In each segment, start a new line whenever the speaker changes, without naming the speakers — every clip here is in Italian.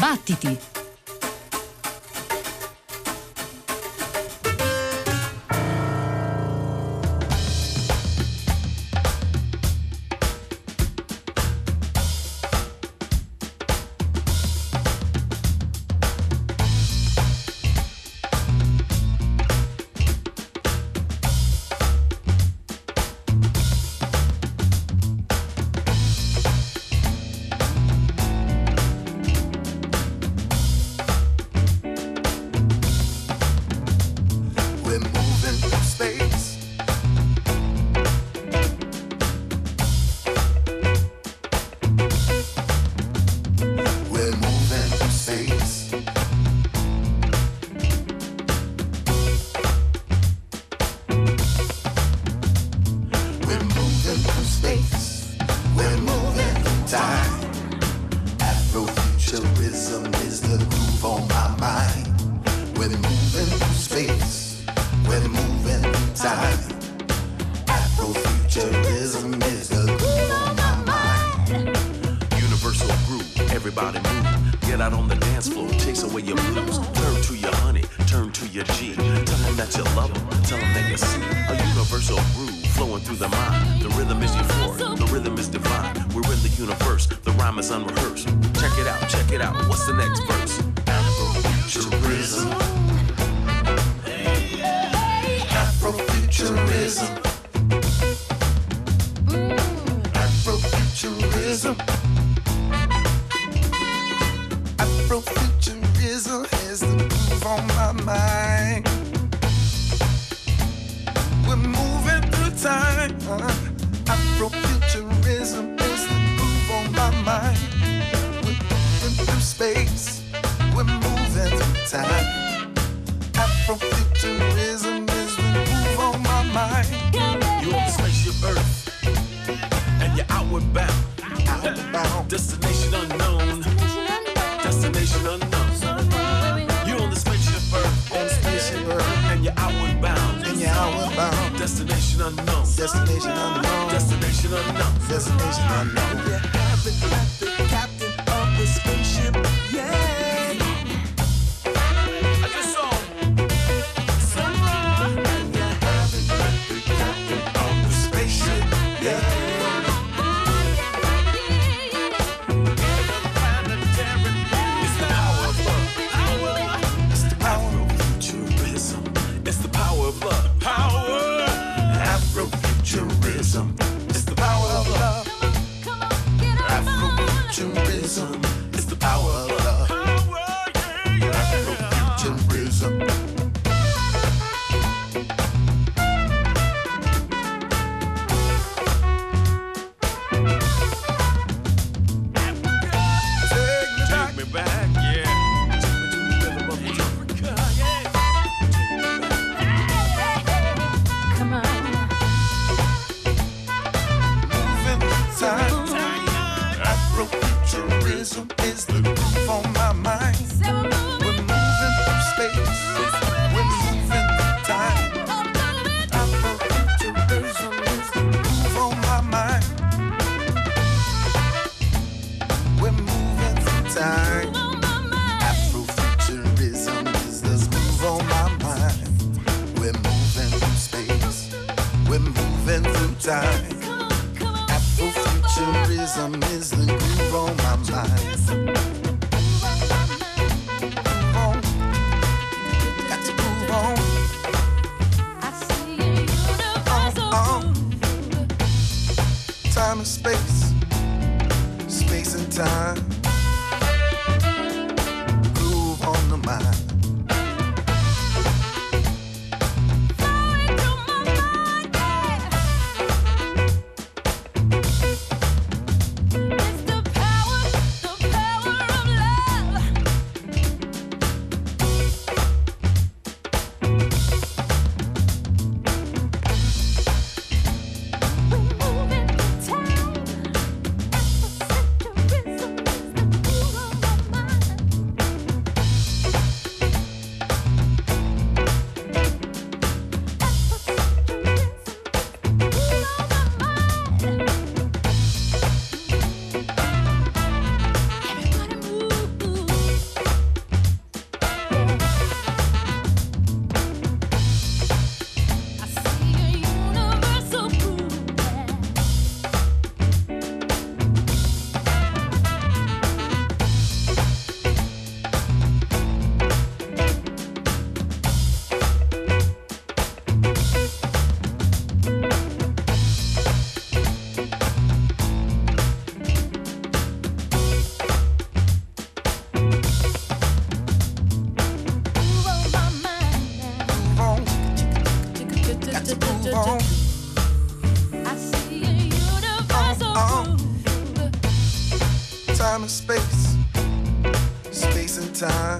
Battiti! Time and space, space and time.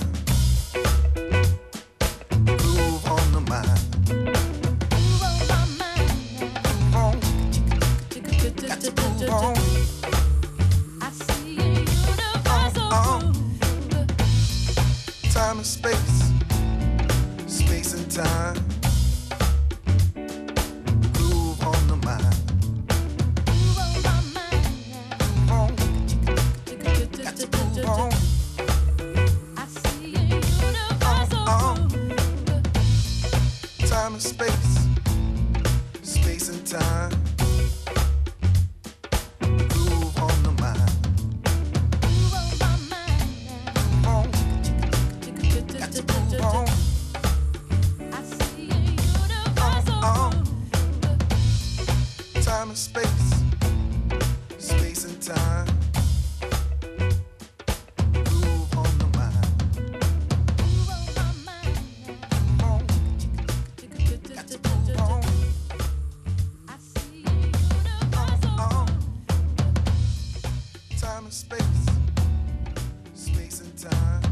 Groove on the mind. Move on my mind. Move on. Got to move on. I see a universal groove. Time and space, space and time. Groove on the mind. Move on my mind. Move on. Got to move on. I see a universal groove. Time and space, space and time. Groove on the mind. Move on my mind. Move on. Got to move on. I see a universal groove. Time and space, space and time. Groove on the mind. Move on my mind. Move on. Got to move on. I see a universal groove. Time and space, space and time.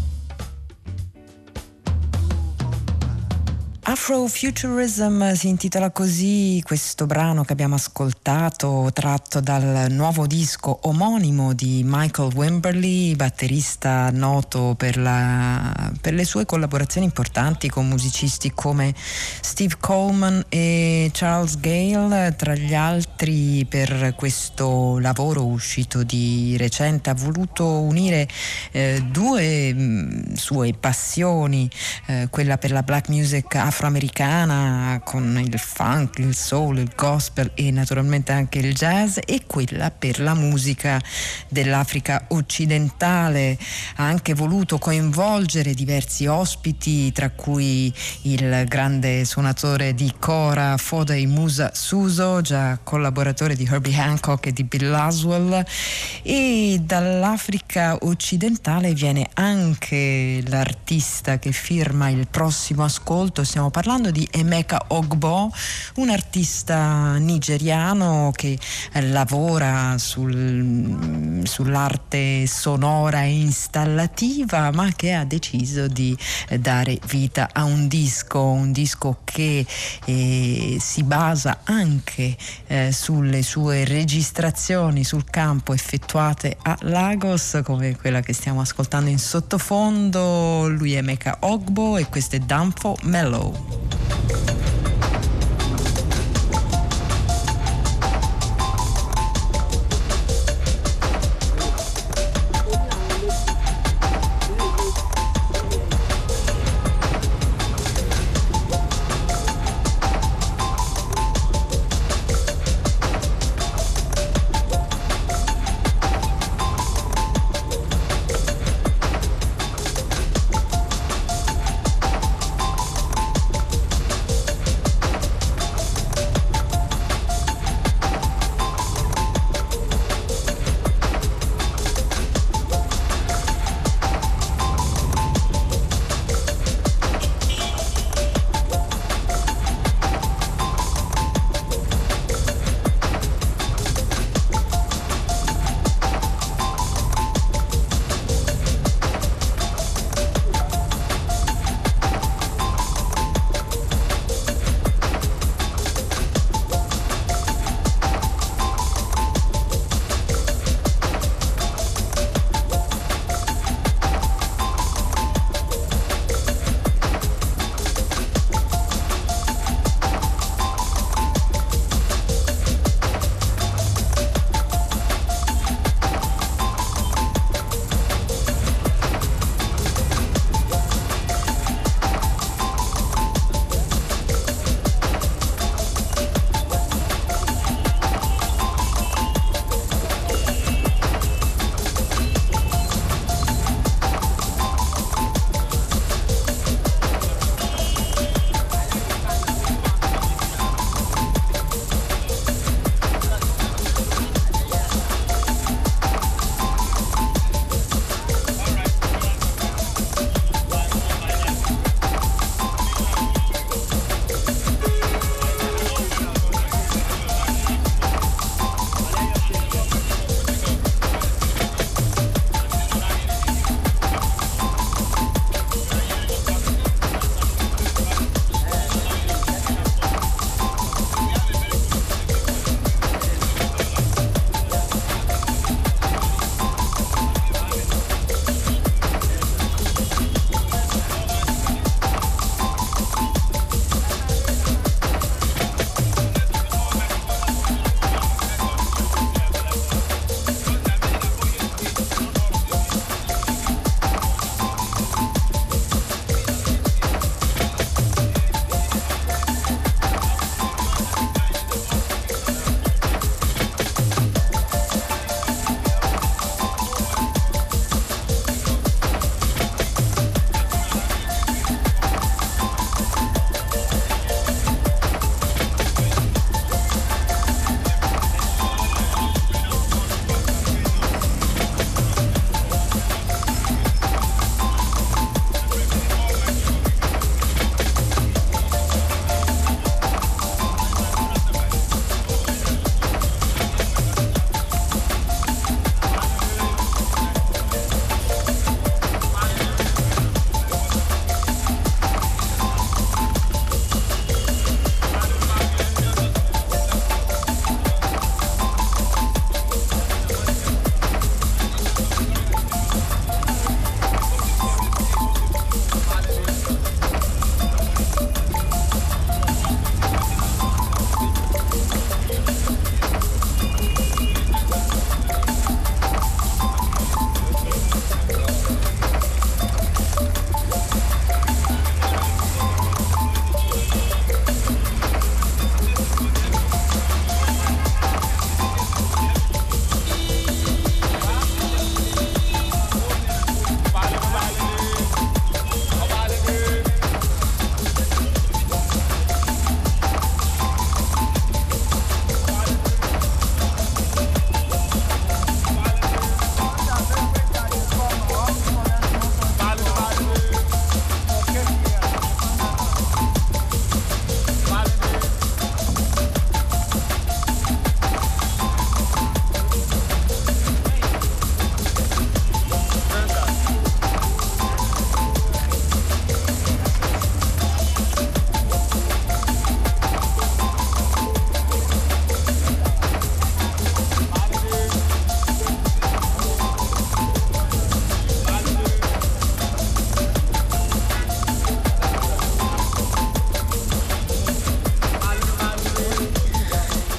Afrofuturism si intitola così questo brano che abbiamo ascoltato, tratto dal nuovo disco omonimo di Michael Wimberly, batterista noto per le sue collaborazioni importanti con musicisti come Steve Coleman e Charles Gale. Tra gli altri, per questo lavoro uscito di recente ha voluto unire due sue passioni, quella per la black music afroamericana con il funk, il soul, il gospel e naturalmente anche il jazz, e quella per la musica dell'Africa occidentale. Ha anche voluto coinvolgere diversi ospiti, tra cui il grande suonatore di kora Foday Musa Suso, già collaboratore di Herbie Hancock e di Bill Laswell. E dall'Africa occidentale viene anche l'artista che firma il prossimo ascolto. Stiamo parlando di Emeka Ogbo, un artista nigeriano che lavora sull'arte sonora e installativa, ma che ha deciso di dare vita a un disco che si basa anche sulle sue registrazioni sul campo effettuate a Lagos, come quella che stiamo ascoltando in sottofondo. Lui è Emeka Ogbo e questo è Danfo Mellow.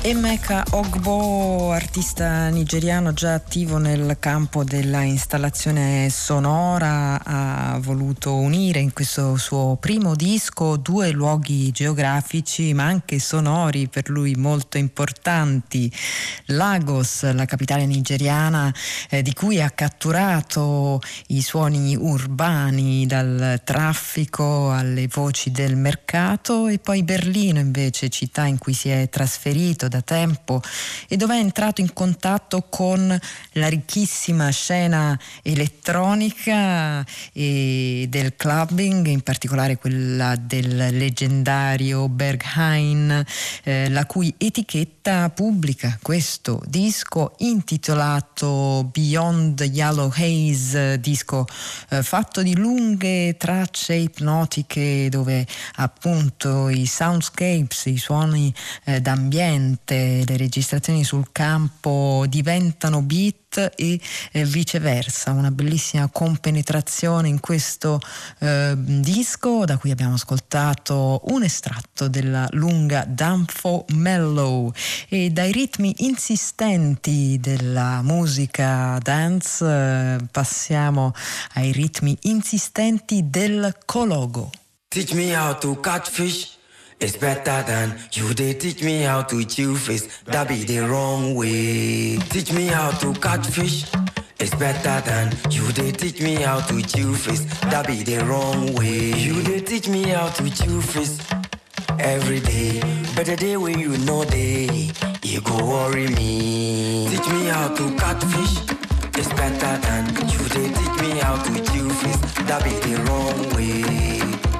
Emeka Ogbo, artista nigeriano già attivo nel campo della installazione sonora, ha voluto unire in questo suo primo disco due luoghi geografici ma anche sonori per lui molto importanti. Lagos, la capitale nigeriana, di cui ha catturato i suoni urbani, dal traffico alle voci del mercato, e poi Berlino invece, città in cui si è trasferito da tempo e dove è entrato in contatto con la ricchissima scena elettronica e del clubbing, in particolare quella del leggendario Berghain, la cui etichetta pubblica questo disco intitolato Beyond the Yellow Haze, disco fatto di lunghe tracce ipnotiche dove appunto i soundscapes, i suoni d'ambiente, le registrazioni sul campo diventano beat e viceversa. Una bellissima compenetrazione in questo disco, da cui abbiamo ascoltato un estratto della lunga Danfo Mellow, e dai ritmi insistenti della musica dance passiamo ai ritmi insistenti del Kologo.
Teach me how to catch fish. It's better than you. They teach me how to chew fish. That be the wrong way. Teach me how to catch fish. It's better than you. They teach me how to chew fish. That be the wrong way. You they teach me how to chew fish every day. But the day when you know day, you go worry me. Teach me how to catch fish. It's better than you. They teach me how to chew fish. That be the wrong way.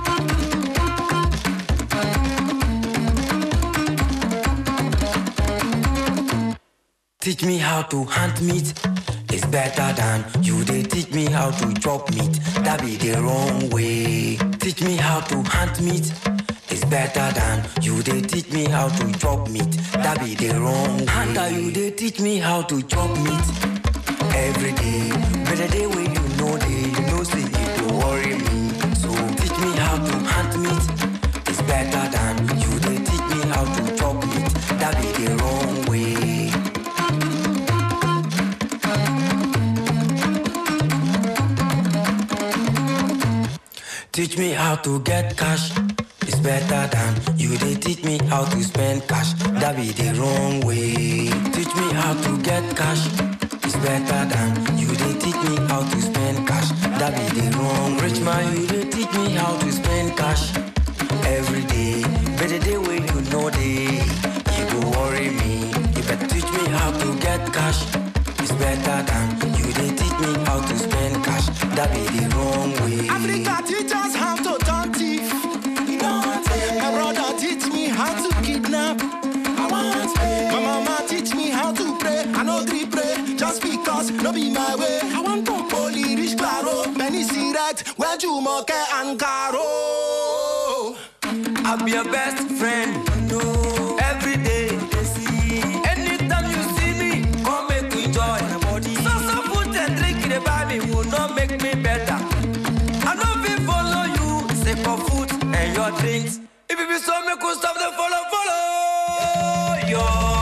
Teach me how to hunt meat. It's better than you. They teach me how to chop meat. That be the wrong way. Teach me how to hunt meat. It's better than you. They teach me how to chop meat. That be the wrong way. Hunter, you they teach me how to chop meat every day. But the day when you know say it will worry me. So teach me how to hunt meat. It's better than you. They teach me how to chop meat. That be the wrong way. Teach me how to get cash. It's better than you. They teach me how to spend cash. That be the wrong way. Teach me how to get cash. It's better than you. They teach me how to spend cash. That be the wrong. Rich man, you they teach me how to spend cash every day. But the day when you know day, you go worry me. You better teach me how to get cash. It's better than you. They teach me how to spend cash. That be the wrong way.
Africa teach us how to turn thief. My brother teach me how to kidnap. My mama teach me how to pray. I know to pray just because no be my way. I want to holy rich claro. Penny cigarette, where you moke and caro.
I'll be your best friend. No, every day they see. Anytime you see me, come make we enjoy. So food and drink in the Bible will not make me better. I know we follow you, say for food and your drinks. If it be so, me could stop the follow yo.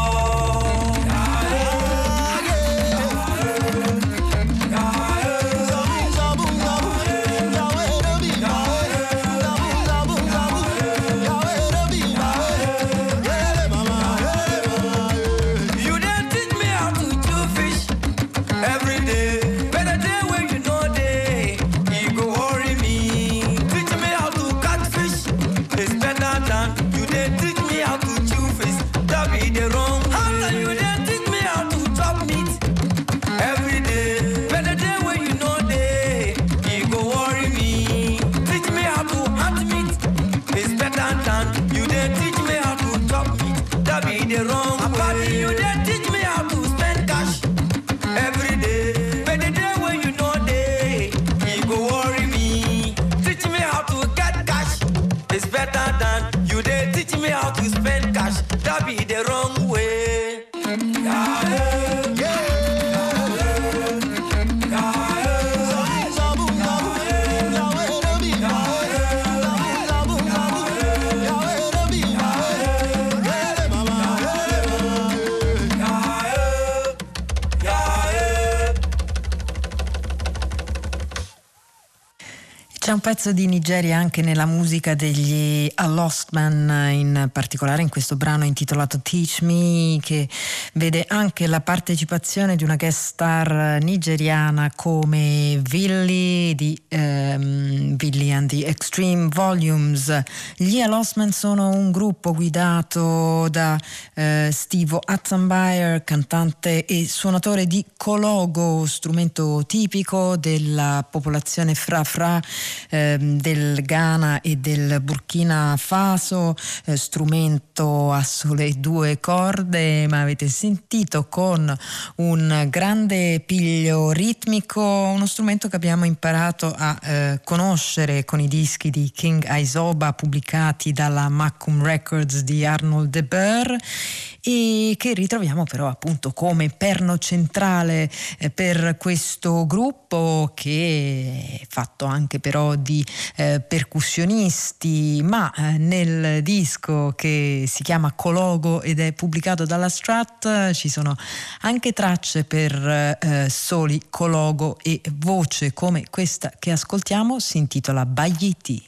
C'è un pezzo di Nigeria anche nella musica degli A Lost Man, in particolare in questo brano intitolato Teach Me, che vede anche la partecipazione di una guest star nigeriana come Villy di Villy and the Extreme Volumes. Gli A Lost Man sono un gruppo guidato da Steve Atzambayer, cantante e suonatore di kologo, strumento tipico della popolazione fra del Ghana e del Burkina Faso, strumento a sole 2 corde, ma avete sentito, con un grande piglio ritmico, uno strumento che abbiamo imparato a conoscere con i dischi di King Aizoba pubblicati dalla Macum Records di Arnold de Boer, e che ritroviamo però appunto come perno centrale per questo gruppo, che è fatto anche però di percussionisti, ma nel disco che si chiama Kologo ed è pubblicato dalla Strat ci sono anche tracce per soli kologo e voce, come questa che ascoltiamo, si intitola Bayiti.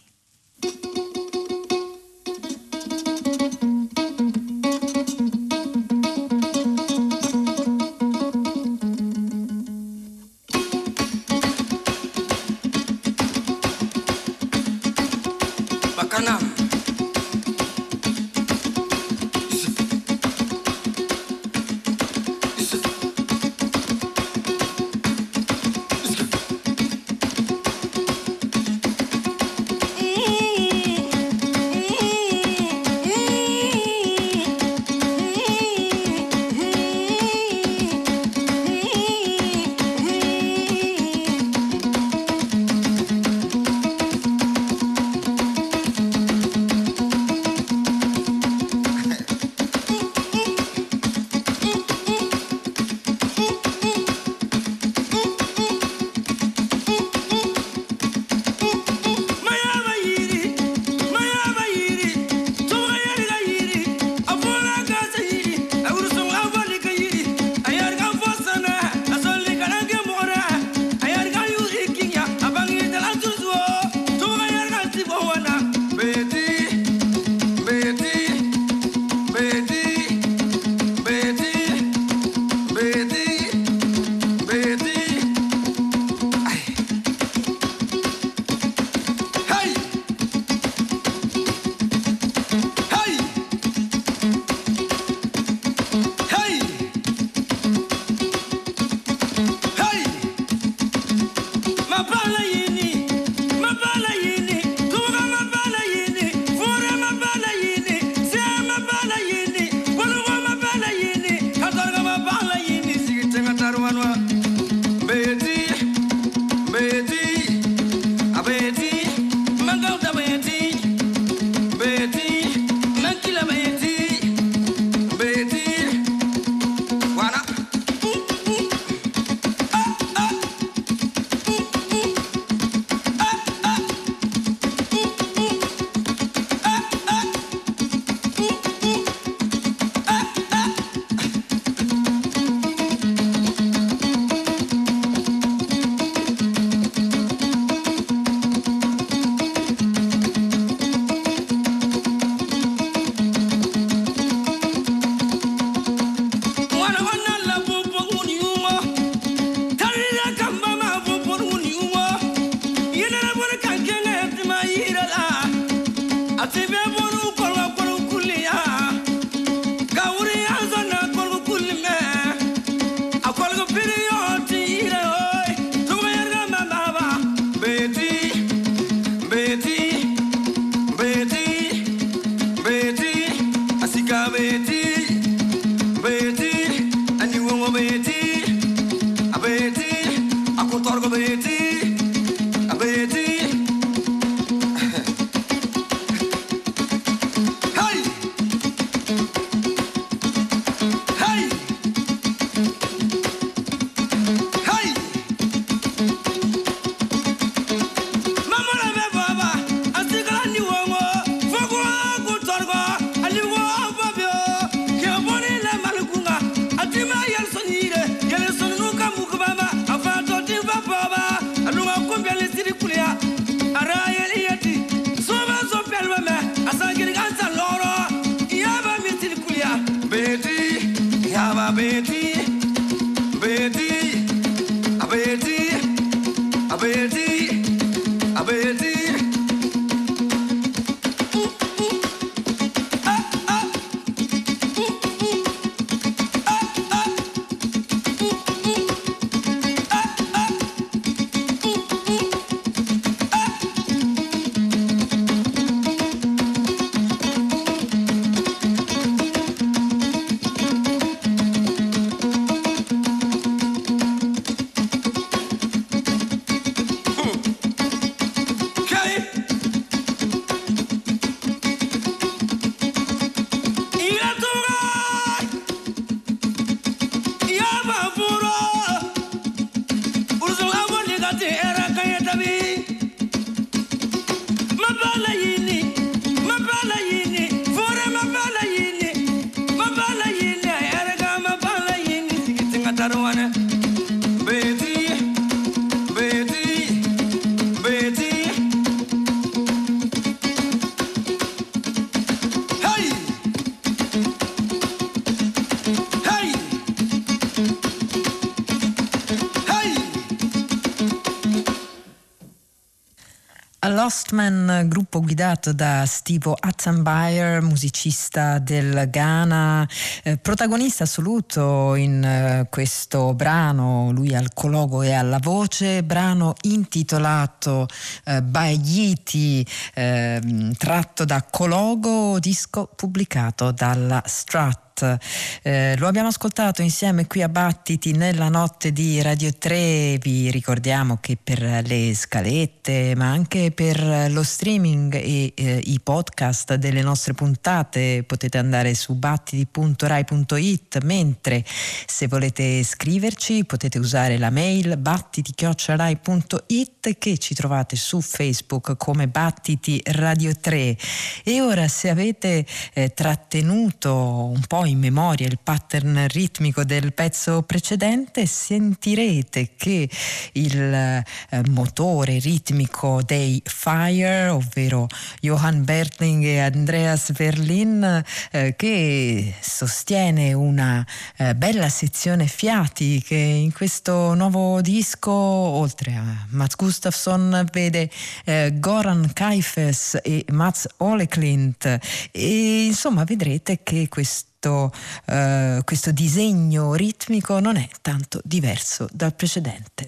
Mm.
Lost Man, gruppo guidato da Steve Attenborough, musicista del Ghana, protagonista assoluto in questo brano, lui al cologo e alla voce, brano intitolato Bayiti, tratto da Cologo, disco pubblicato dalla Strat. Lo abbiamo ascoltato insieme qui a Battiti nella notte di Radio 3. Vi ricordiamo che per le scalette ma anche per lo streaming e i podcast delle nostre puntate potete andare su battiti.rai.it, mentre se volete scriverci potete usare la mail battiti@rai.it, che ci trovate su Facebook come Battiti Radio 3. E ora, se avete trattenuto un po' in memoria il pattern ritmico del pezzo precedente, sentirete che il motore ritmico dei Fire, ovvero Johan Bertling e Andreas Verlin, che sostiene una bella sezione fiati che in questo nuovo disco, oltre a Mats Gustafsson, vede Goran Kaifes e Mats Oleklint, e insomma vedrete che questo disegno ritmico non è tanto diverso dal precedente.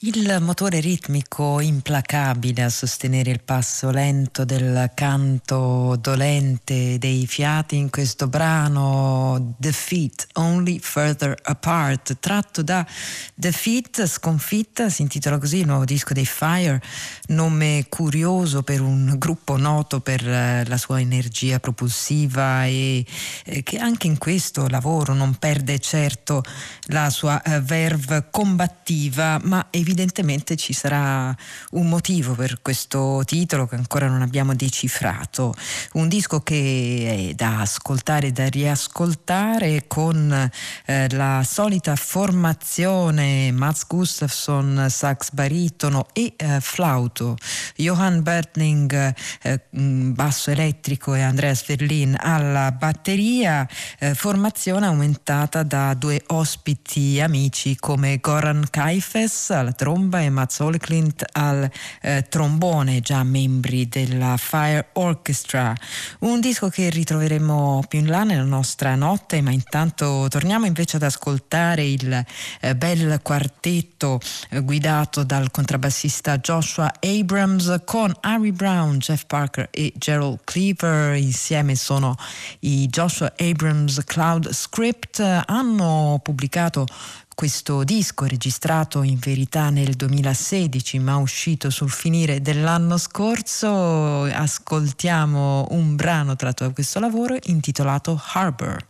Il motore ritmico implacabile a sostenere il passo lento del canto dolente dei fiati in questo brano The Feet Only Further Apart, tratto da The Feet, Sconfitta, si intitola così il nuovo disco dei Fire, nome curioso per un gruppo noto per la sua energia propulsiva e che anche in questo lavoro non perde certo la sua verve combattiva, ma evidentemente ci sarà un motivo per questo titolo che ancora non abbiamo decifrato. Un disco che è da ascoltare e da riascoltare con la solita formazione: Mats Gustafsson sax baritono e flauto, Johan Bertling basso elettrico e Andreas Verlin alla batteria, formazione aumentata da due ospiti amici come Goran Kaifes alla tromba e Mats Oleklint al trombone, già membri della Fire Orchestra. Un disco che ritroveremo più in là nella nostra notte, ma intanto torniamo invece ad ascoltare il bel quartetto guidato dal contrabbassista Joshua Abrams con Harry Brown, Jeff Parker e Gerald Cleaver. Insieme sono i Joshua Abrams Cloud Script. Hanno pubblicato questo disco registrato in verità nel 2016 ma uscito sul finire dell'anno scorso. Ascoltiamo un brano tratto da questo lavoro intitolato Harbor.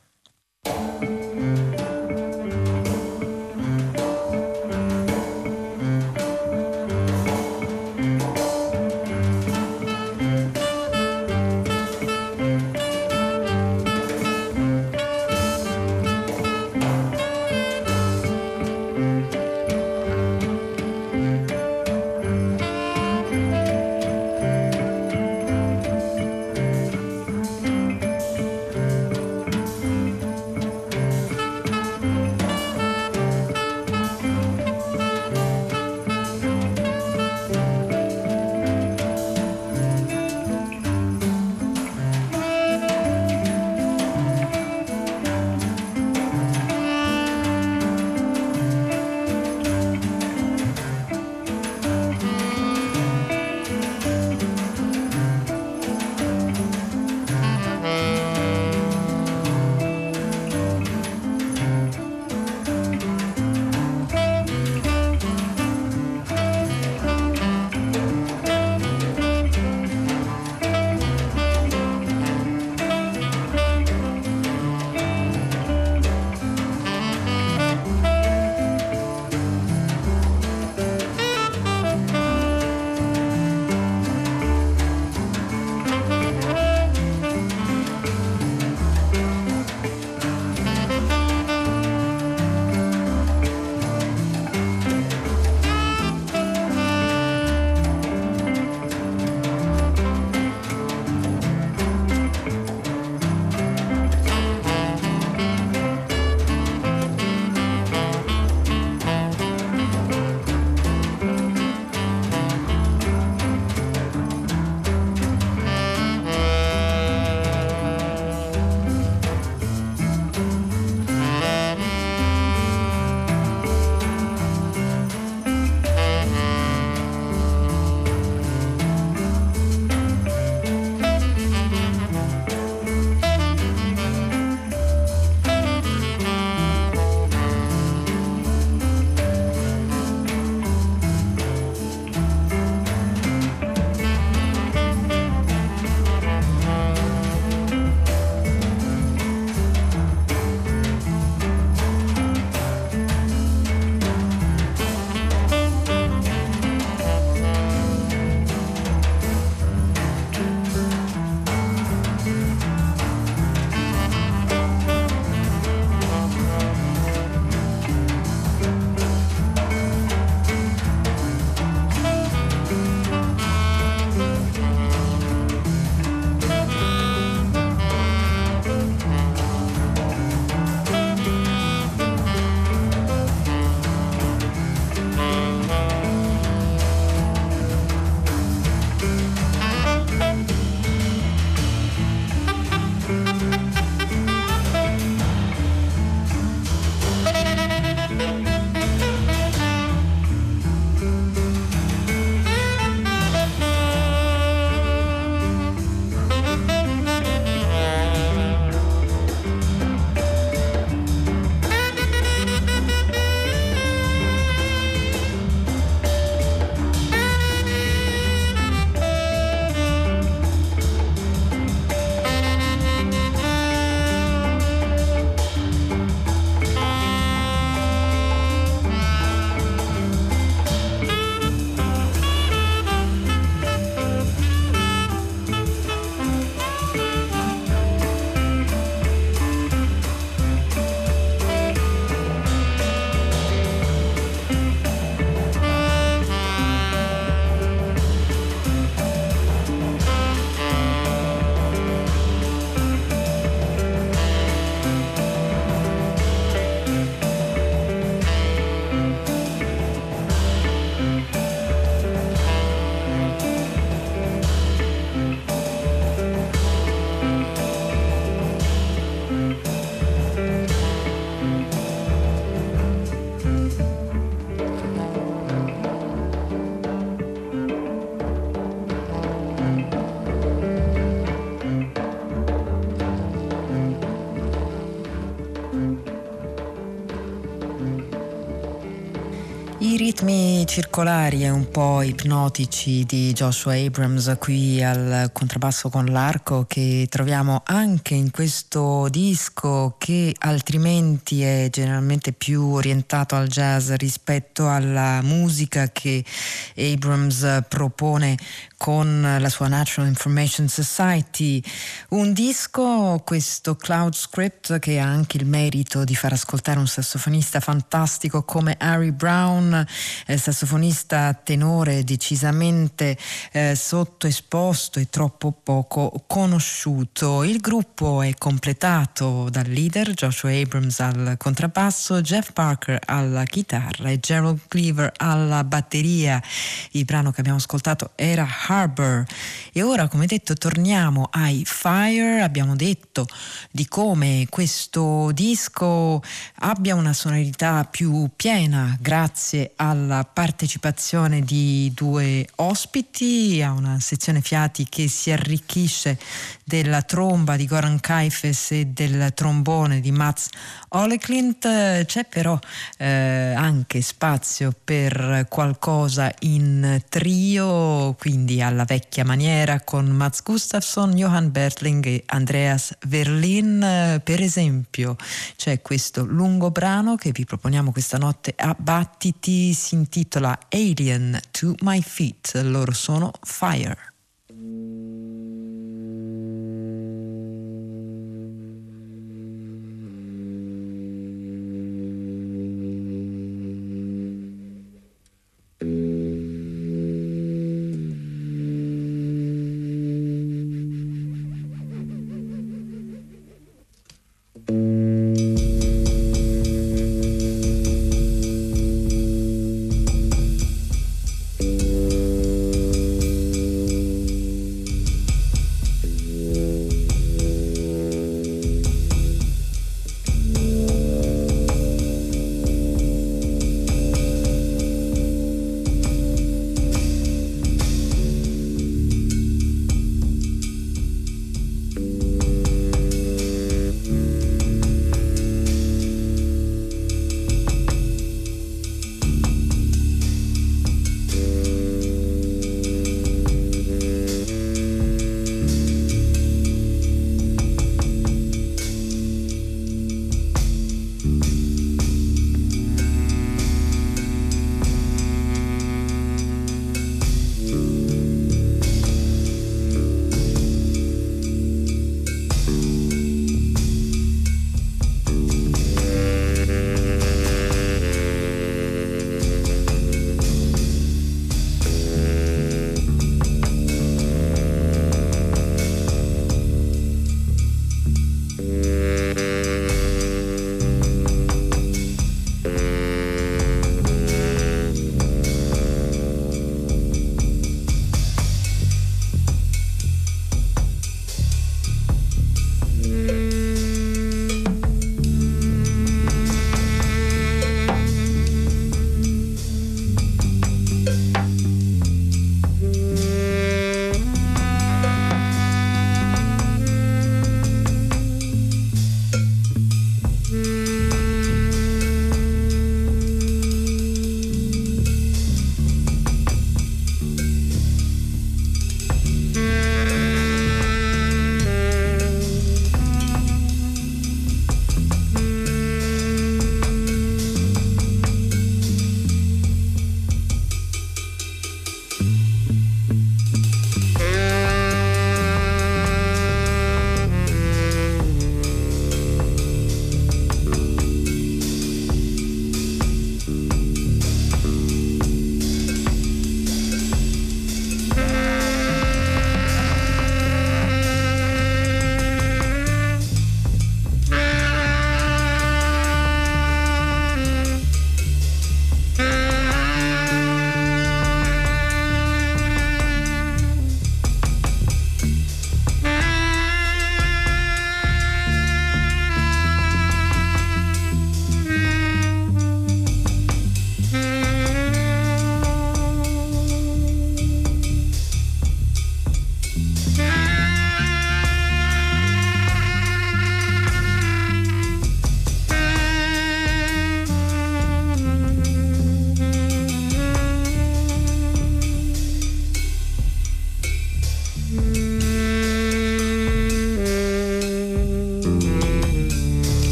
I ritmi circolari e un po' ipnotici di Joshua Abrams qui al contrabbasso con l'arco, che troviamo anche in questo disco, che altrimenti è generalmente più orientato al jazz rispetto alla musica che Abrams propone con la sua Natural Information Society. Un disco, questo Cloud Script, che ha anche il merito di far ascoltare un sassofonista fantastico come Harry Brown, sassofonista tenore decisamente sottoesposto e troppo poco conosciuto. Il gruppo è completato dal leader Joshua Abrams al contrabbasso, Jeff Parker alla chitarra e Gerald Cleaver alla batteria. Il brano che abbiamo ascoltato era Harbor. E ora, come detto, torniamo ai Fire. Abbiamo detto di come questo disco abbia una sonorità più piena grazie alla partecipazione di due ospiti, a una sezione fiati che si arricchisce della tromba di Goran Kaifes e del trombone di Mats Oleklint. C'è però anche spazio per qualcosa in trio, quindi alla vecchia maniera, con Mats Gustafsson, Johan Bertling e Andreas Verlin. Per esempio c'è questo lungo brano che vi proponiamo questa notte a battiti, si intitola Alien to My Feet. Loro sono Fire.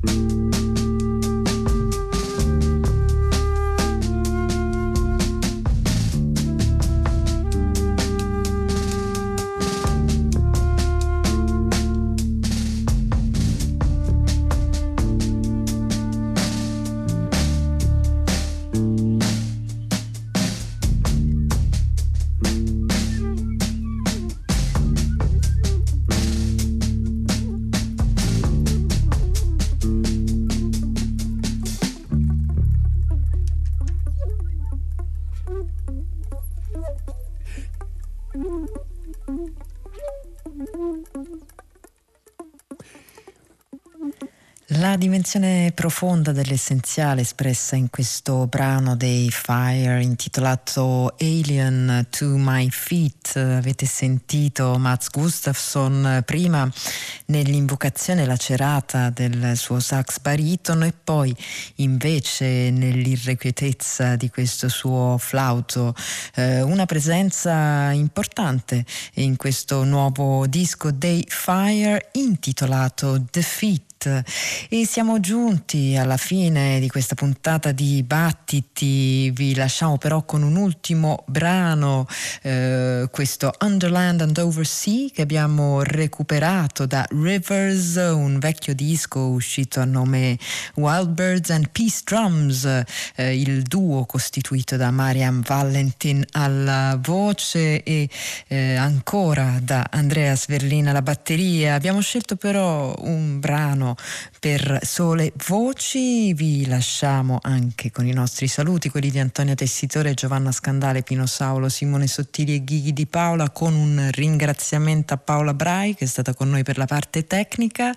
La dimensione profonda dell'essenziale espressa in questo brano dei Fire intitolato Alien to My Feet. Avete sentito Mats Gustafsson prima nell'invocazione lacerata del suo sax baritono e poi invece nell'irrequietezza di questo suo flauto, una presenza importante in questo nuovo disco dei Fire intitolato Defeat. E siamo giunti alla fine di questa puntata di Battiti. Vi lasciamo però con un ultimo brano, questo Underland and Oversea, che abbiamo recuperato da Rivers, un vecchio disco uscito a nome Wild Birds and Peace Drums, il duo costituito da Mariam Valentin alla voce e ancora da Andrea Sverlin alla batteria. Abbiamo scelto però un brano per sole voci. Vi lasciamo anche con i nostri saluti, quelli di Antonia Tessitore, Giovanna Scandale, Pino Saulo, Simone Sottili e Ghighi Di Paola, con un ringraziamento a Paola Brai che è stata con noi per la parte tecnica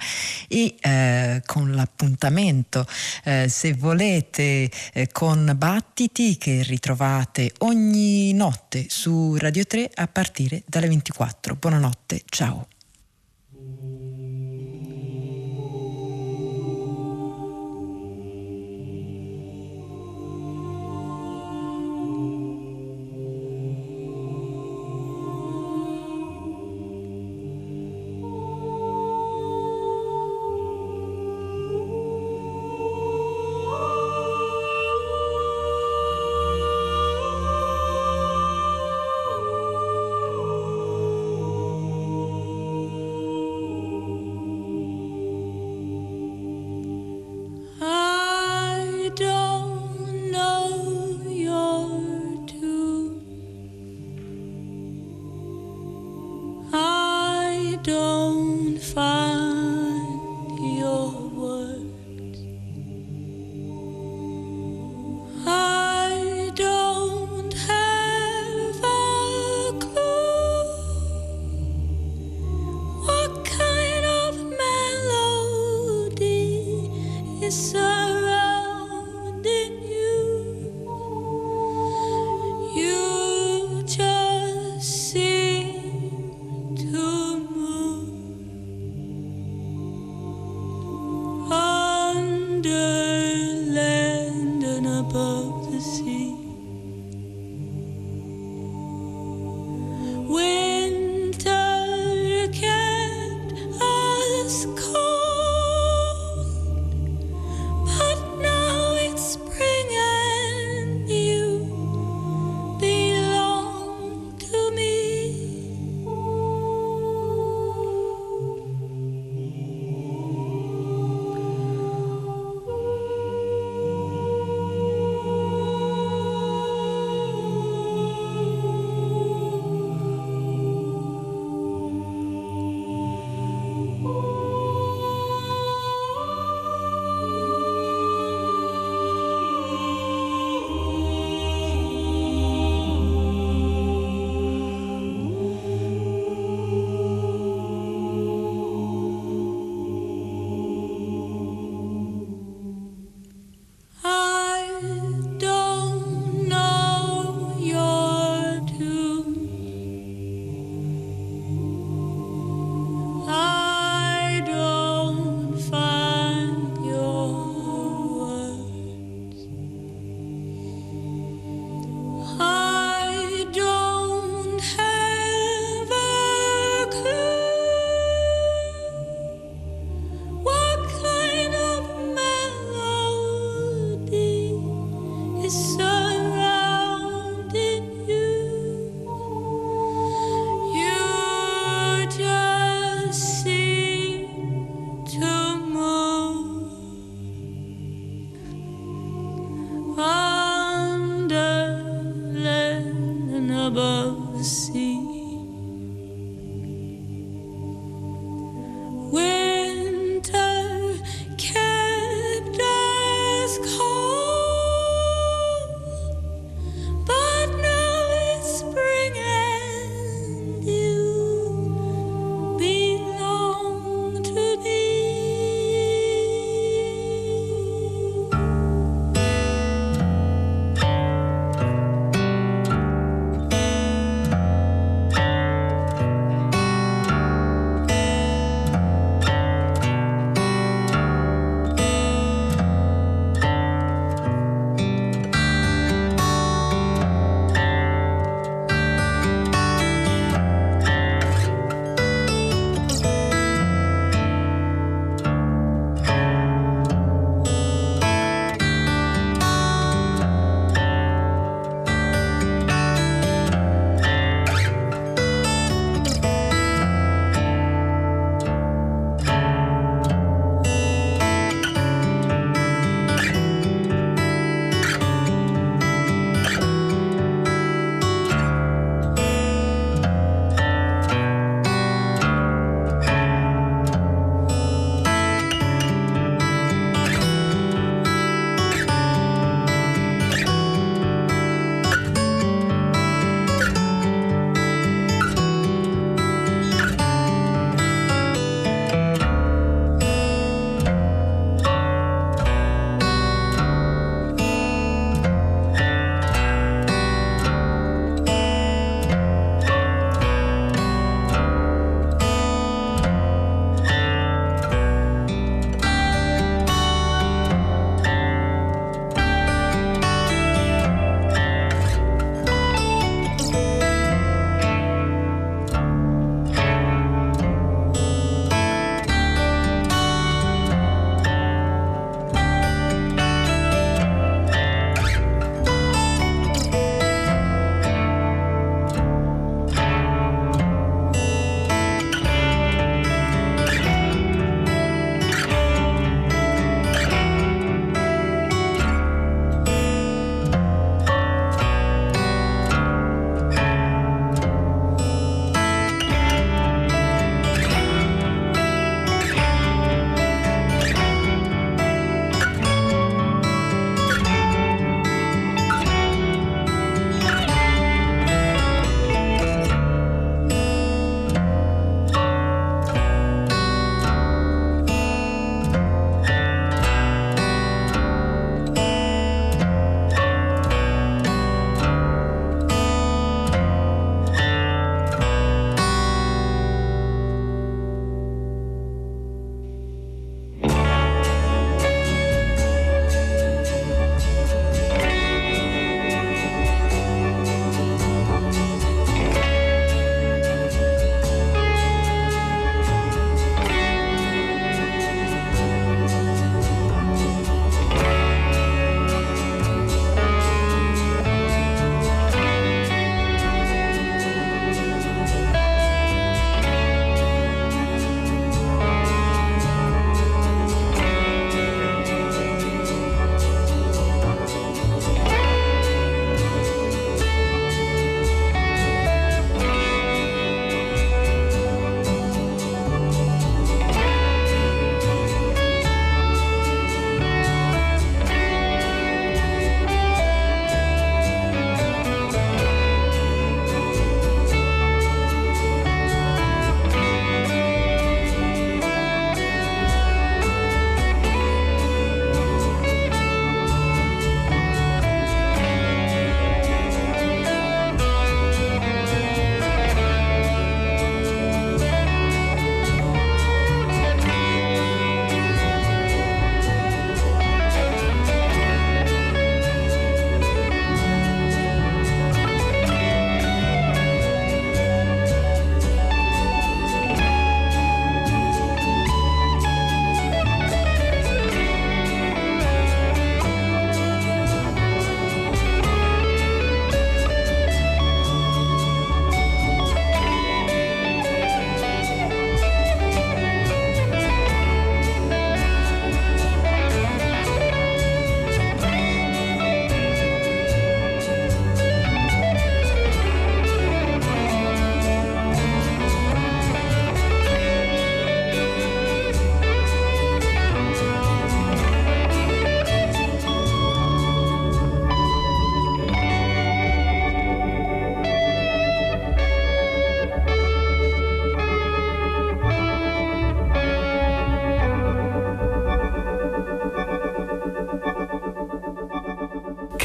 e con l'appuntamento, se volete, con Battiti, che ritrovate ogni notte su Radio 3 a partire dalle 24. Buonanotte, ciao.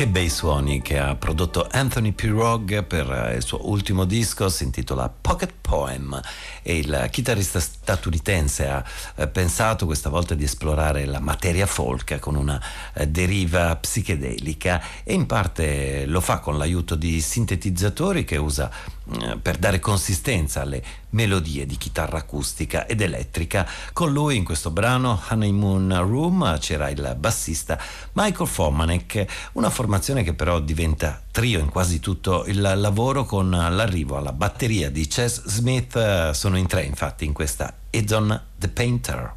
Che bei suoni che ha prodotto Anthony Pirog per il suo ultimo disco, si intitola Pocket Poem, e il chitarrista statunitense ha pensato questa volta di esplorare la materia folk con una deriva psichedelica, e in parte lo fa con l'aiuto di sintetizzatori che usa per dare consistenza alle melodie di chitarra acustica ed elettrica. Con lui in questo brano Honeymoon Room c'era il bassista Michael Fomanek, una formazione che però diventa trio in quasi tutto il lavoro, con l'arrivo alla batteria di Chess Smith. Sono in tre infatti in questa Edson the Painter.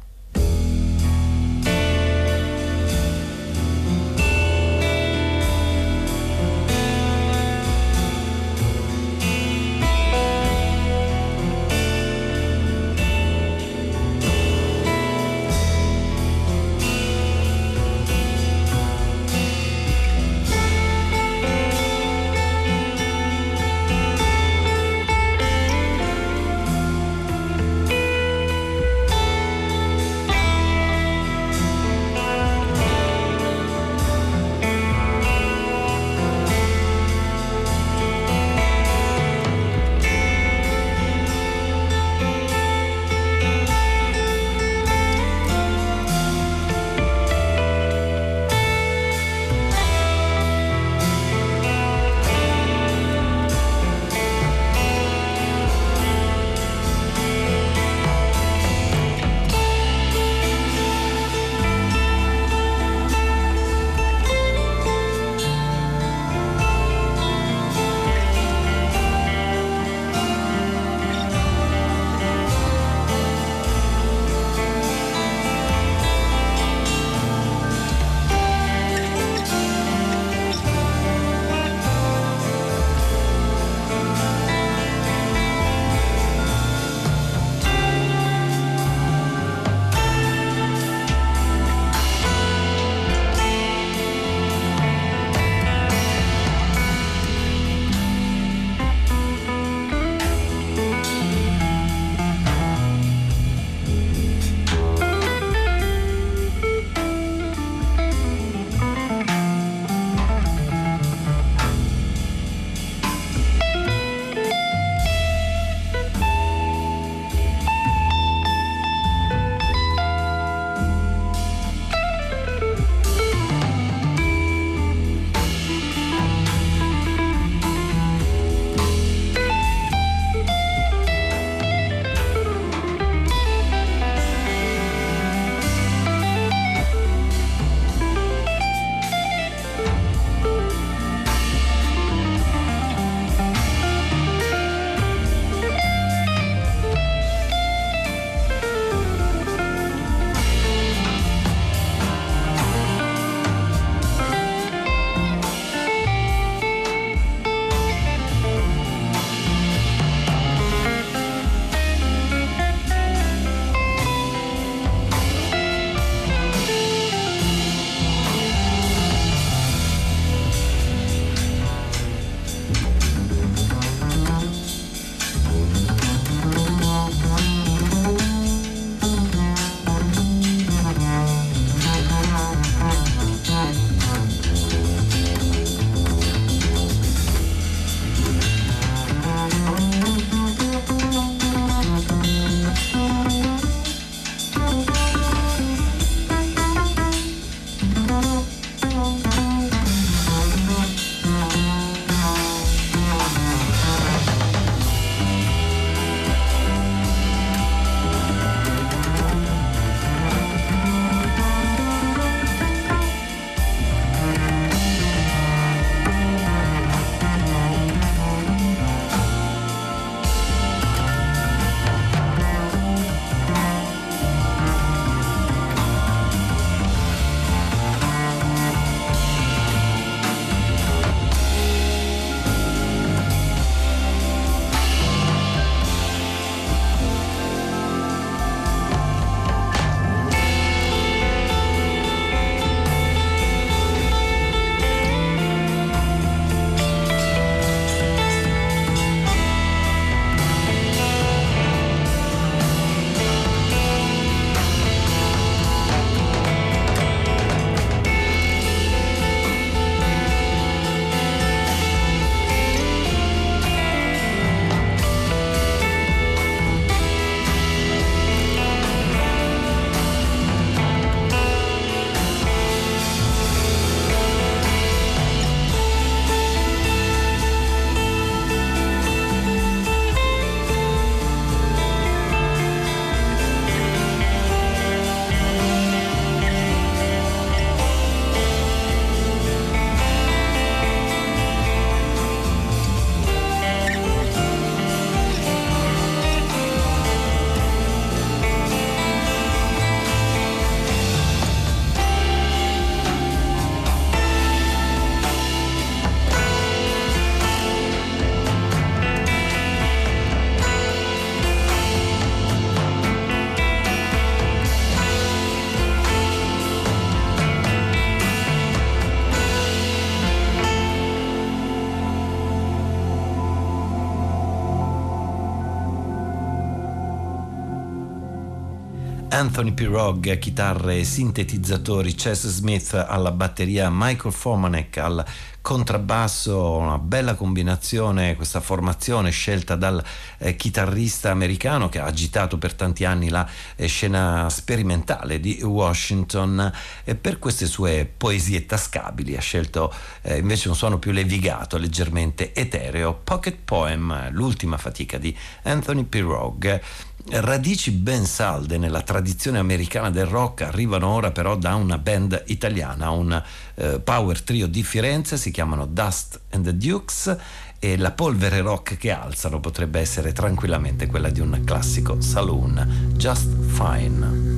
Anthony Pirog, chitarre e sintetizzatori, Chess Smith alla batteria, Michael Fomanek al contrabbasso, una bella combinazione, questa formazione scelta dal chitarrista americano che ha agitato per tanti anni la scena sperimentale di Washington, e per queste sue poesie tascabili ha scelto invece un suono più levigato, leggermente etereo, Pocket Poem, l'ultima fatica di Anthony Pirog. Radici ben salde nella tradizione americana del rock arrivano ora però da una band italiana, un power trio di Firenze, si chiamano Dust and the Dukes, e la polvere rock che alzano potrebbe essere tranquillamente quella di un classico saloon, Just Fine.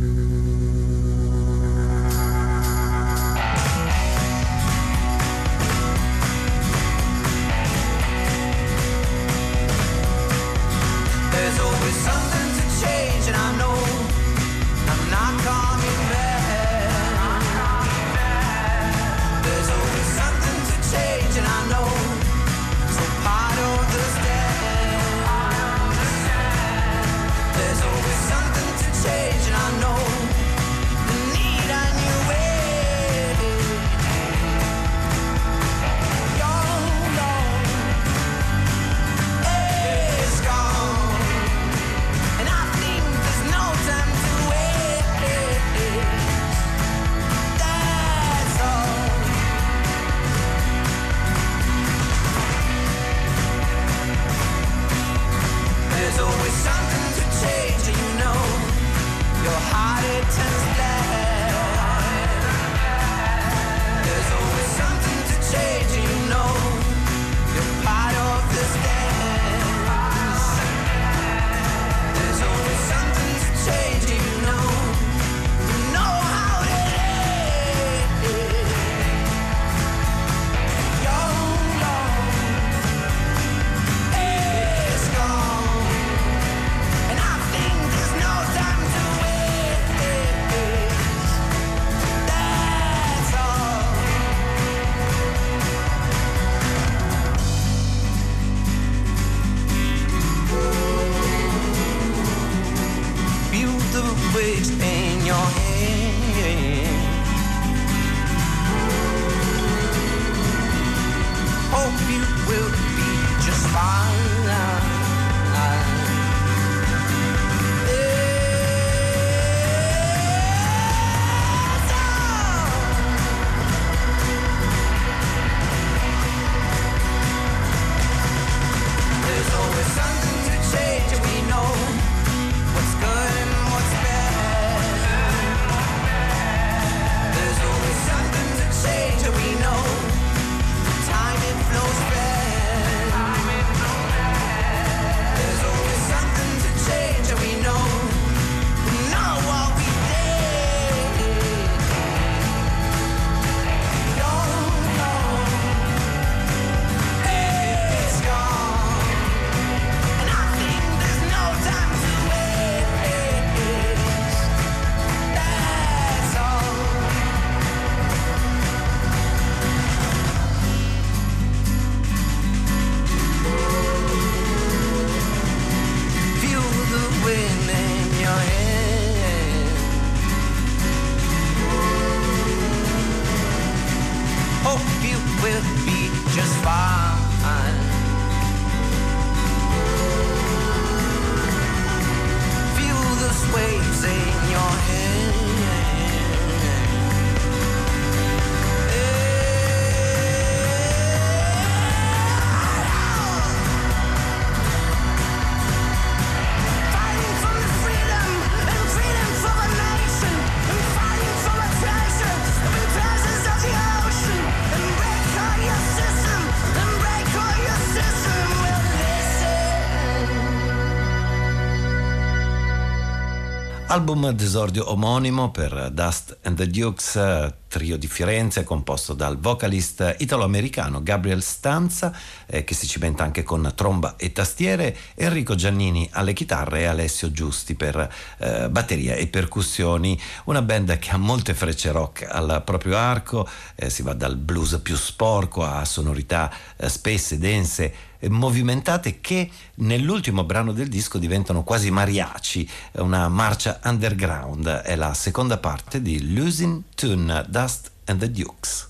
There's always something to change, and I know I'm not coming back. There's always something to change, and I know, so part of the stand. There's always something to change, and I know the need a new way. Your love is gone, and I think there's no time to wait. That's all. There's always something to change, and you know your heart it turns black. There's always something to change, and you know you're part of this dance. There's always something to change, and you know how it is. Your love is gone, and I think there's no time to waste. That's all. Feel the waves in your hand. Hope you will be just fine. That's all. There's always something to change, and we know what's good and what's bad. There's always something to change, and we know time it flows fast. There's always something to change, and we know what we did. Your love is gone, and I think there's no time to waste. That's all. Feel the wind in your hand. Hope you will be just fine. Feel the waves in your hand. Fighting for the freedom and freedom for the nation, and fighting for the treasures and treasures of the ocean, and break all your system, and break all your system. Well, listen.
Album d'esordio omonimo per Dust and the Dukes, trio di Firenze composto dal vocalist italo-americano Gabriel Stanza, che si cimenta anche con tromba e tastiere, Enrico Giannini alle chitarre e Alessio Giusti per batteria e percussioni. Una band che ha molte frecce rock al proprio arco, si va dal blues più sporco a sonorità spesse, dense, movimentate, che nell'ultimo brano del disco diventano quasi mariachi, una marcia underground. È la seconda parte di Losing Tune, Dust and the Dukes.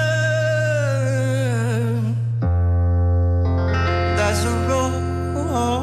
as a road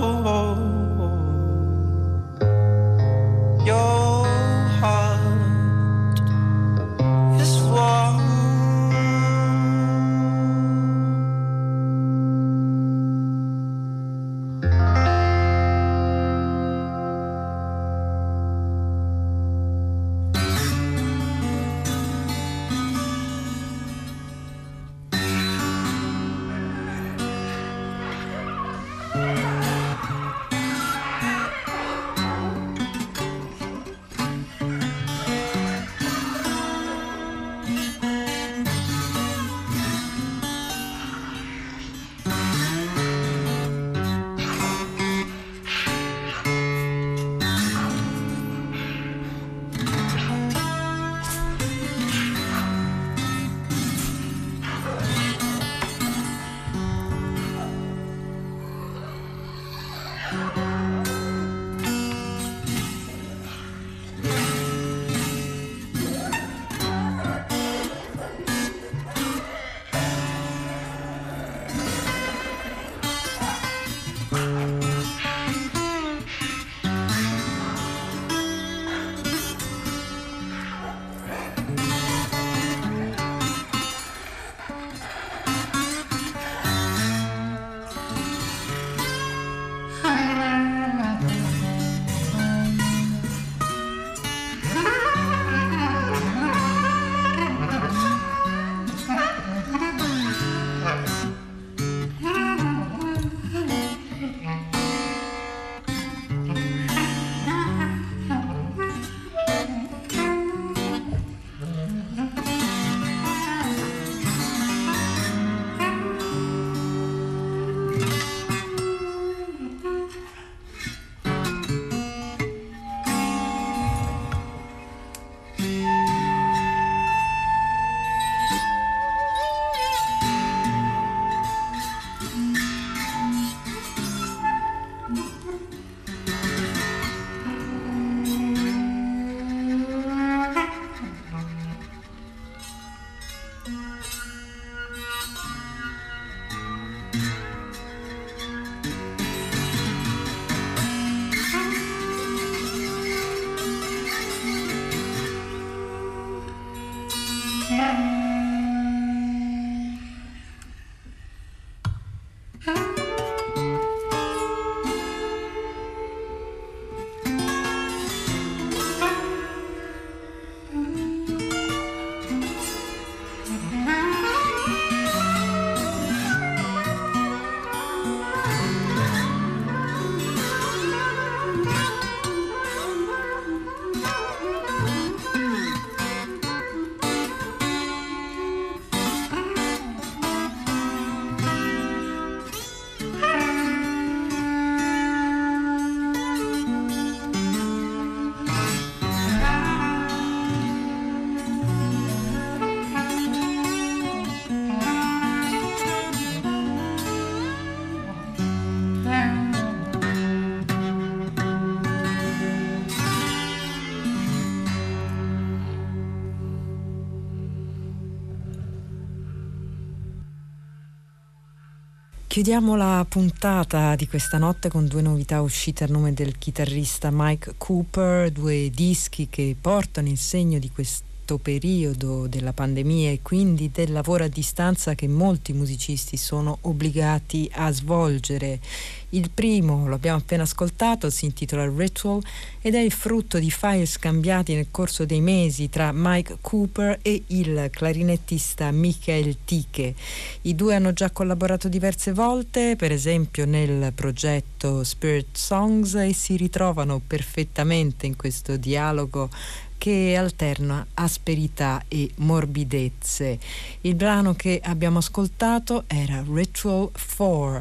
Chiudiamo la puntata di questa notte con due novità uscite a nome del chitarrista Mike Cooper, due dischi che portano il segno di questo periodo della pandemia e quindi del lavoro a distanza che molti musicisti sono obbligati a svolgere. Il primo, lo abbiamo appena ascoltato, si intitola Ritual ed è il frutto di file scambiati nel corso dei mesi tra Mike Cooper e il clarinettista Michael Ticke. I due hanno già collaborato diverse volte, per esempio nel progetto Spirit Songs, e si ritrovano perfettamente in questo dialogo che alterna asperità e morbidezze. Il brano che abbiamo ascoltato era Ritual 4.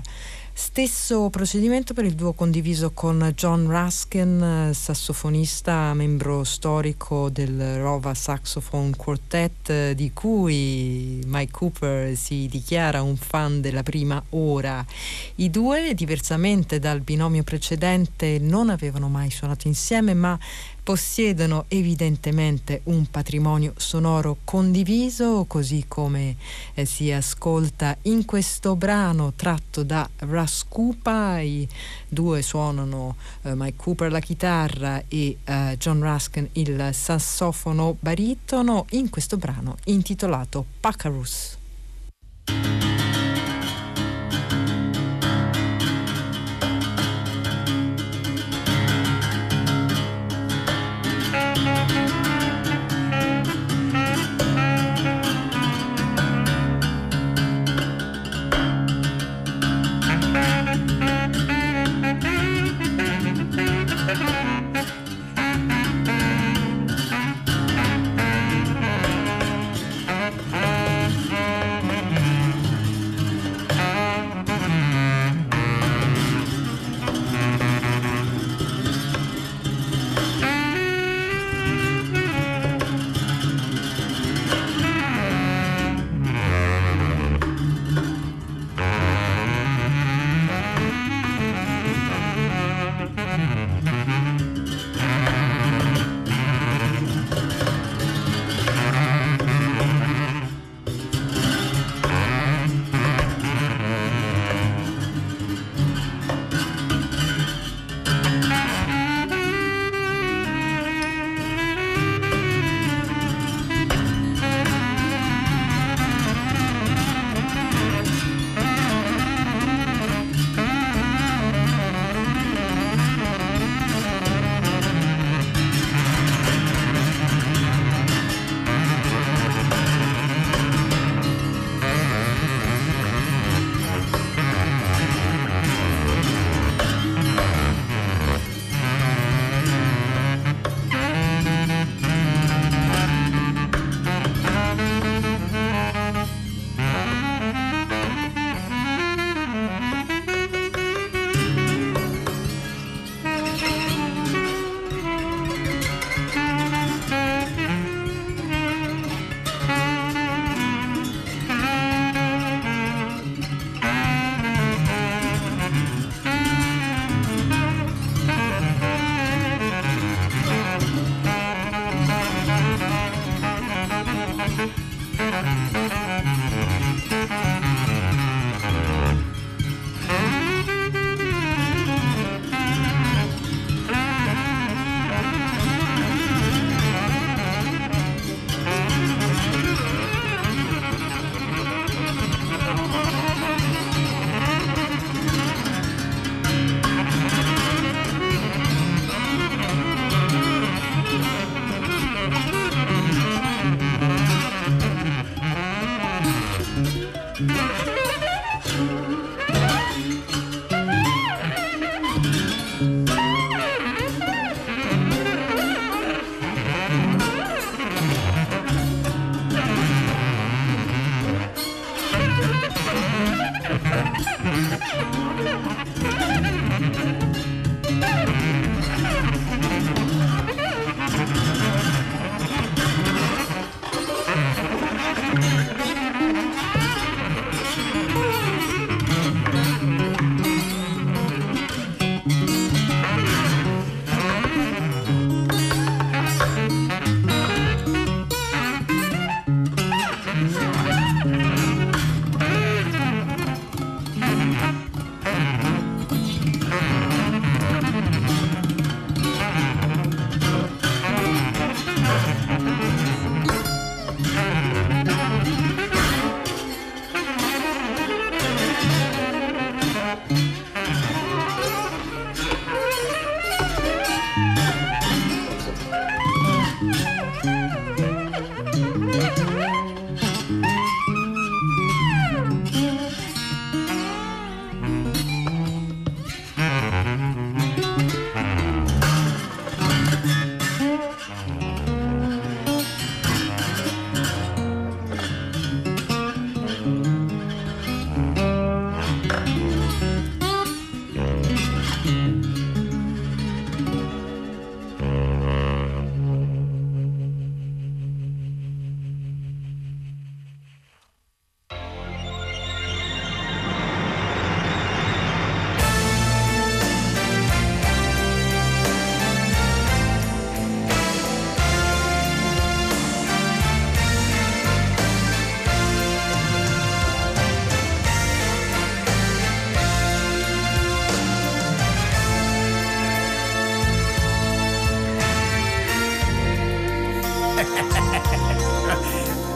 Stesso procedimento per il duo condiviso con John Ruskin, sassofonista, membro storico del Rova Saxophone Quartet, di cui Mike Cooper si dichiara un fan della prima ora. I due, diversamente dal binomio precedente, non avevano mai suonato insieme, ma possiedono evidentemente un patrimonio sonoro condiviso, così come si ascolta in questo brano tratto da Raskupa. I due suonano Mike Cooper la chitarra e John Ruskin il sassofono baritono in questo brano intitolato Pacarus.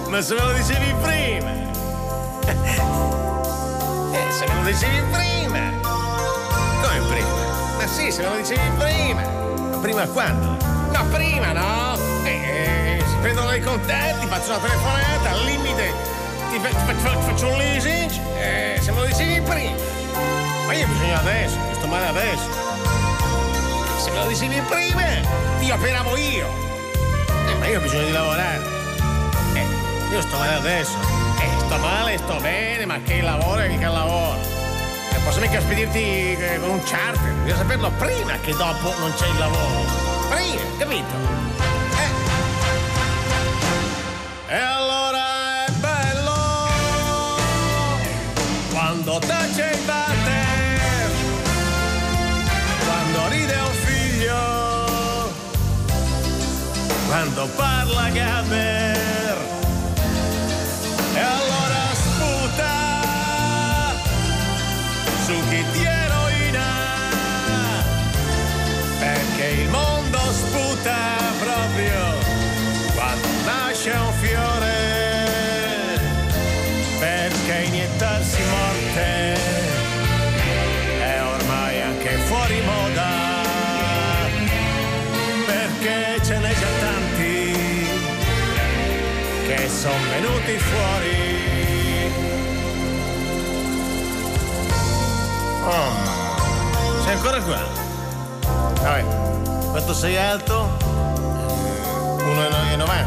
Ma se me lo dicevi prima! Se me lo dicevi prima! Come prima? Ma sì, se me lo dicevi prima! Ma prima quando? No, prima no! Si prendono dei contatti, faccio una telefonata, al limite faccio un leasing, se me lo dicevi prima! Ma io ho bisogno adesso, sto male adesso! Se me lo dicevi prima, ti operavo io! Ma io ho bisogno di lavorare! Io sto male adesso. Sto male, sto bene, ma che lavoro e mica lavoro. Non posso mica spedirti con un charter. Devo saperlo prima che dopo non c'è il lavoro. Prima, capito? E allora è bello quando tace il water, quando ride un figlio, quando parla Gabber. E allora sputa su chi ti eroina, perché il mondo sputa proprio quando nasce un fiore, perché iniettarsi morte è ormai anche fuori moda, perché ce n'è già tanti che sono venuti fuori. Oh, sei ancora qua? Vabbè, quanto sei alto? 1,90.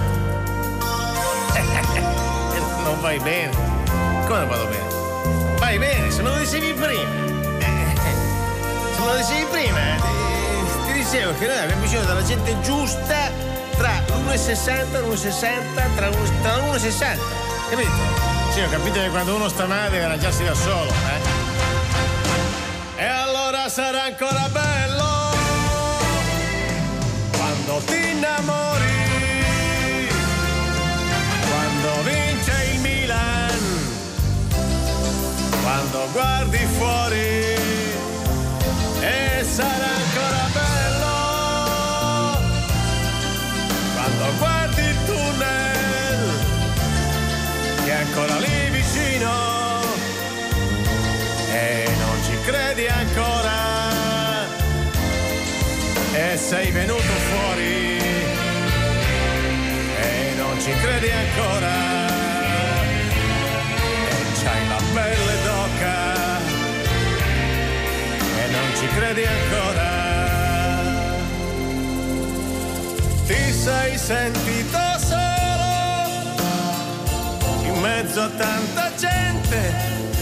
Non vai bene. Come non vado bene? Vai bene, se me lo dicevi prima. Se me lo dicevi prima, ti dicevo che noi abbiamo bisogno della gente giusta tra l'1,60 e l'1,60, tra l'1,60, capito? Sì, ho capito che quando uno sta male deve arrangiarsi da solo, E allora sarà ancora bello quando ti innamori, quando vince il Milan, quando guardi fuori, e sarà ancora bello quando guardi il tunnel che è ancora lì vicino e non ci credi ancora e sei venuto fuori e non ci credi ancora e c'hai la pelle d'oca e non ci credi ancora. Ti sei sentito solo in mezzo a tanta gente.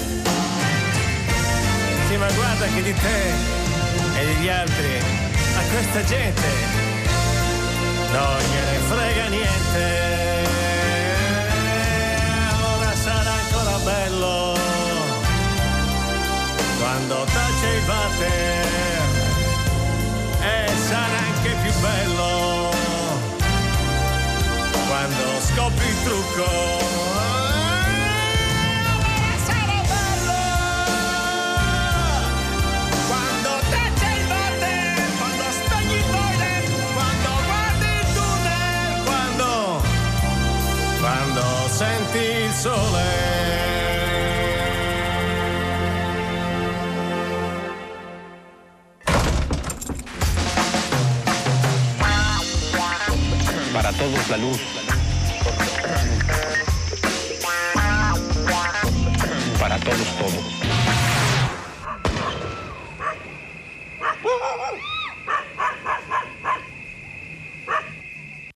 Sì, ma guarda che di te e degli altri a questa gente non gliene frega niente. Allora sarà ancora bello quando tace il water e sarà anche più bello quando scopri il trucco. Sarà bello quando tace il water, quando spegni il boiler, quando guardi il tunnel, quando senti il sole.
Para todos la luz. Para todos todo.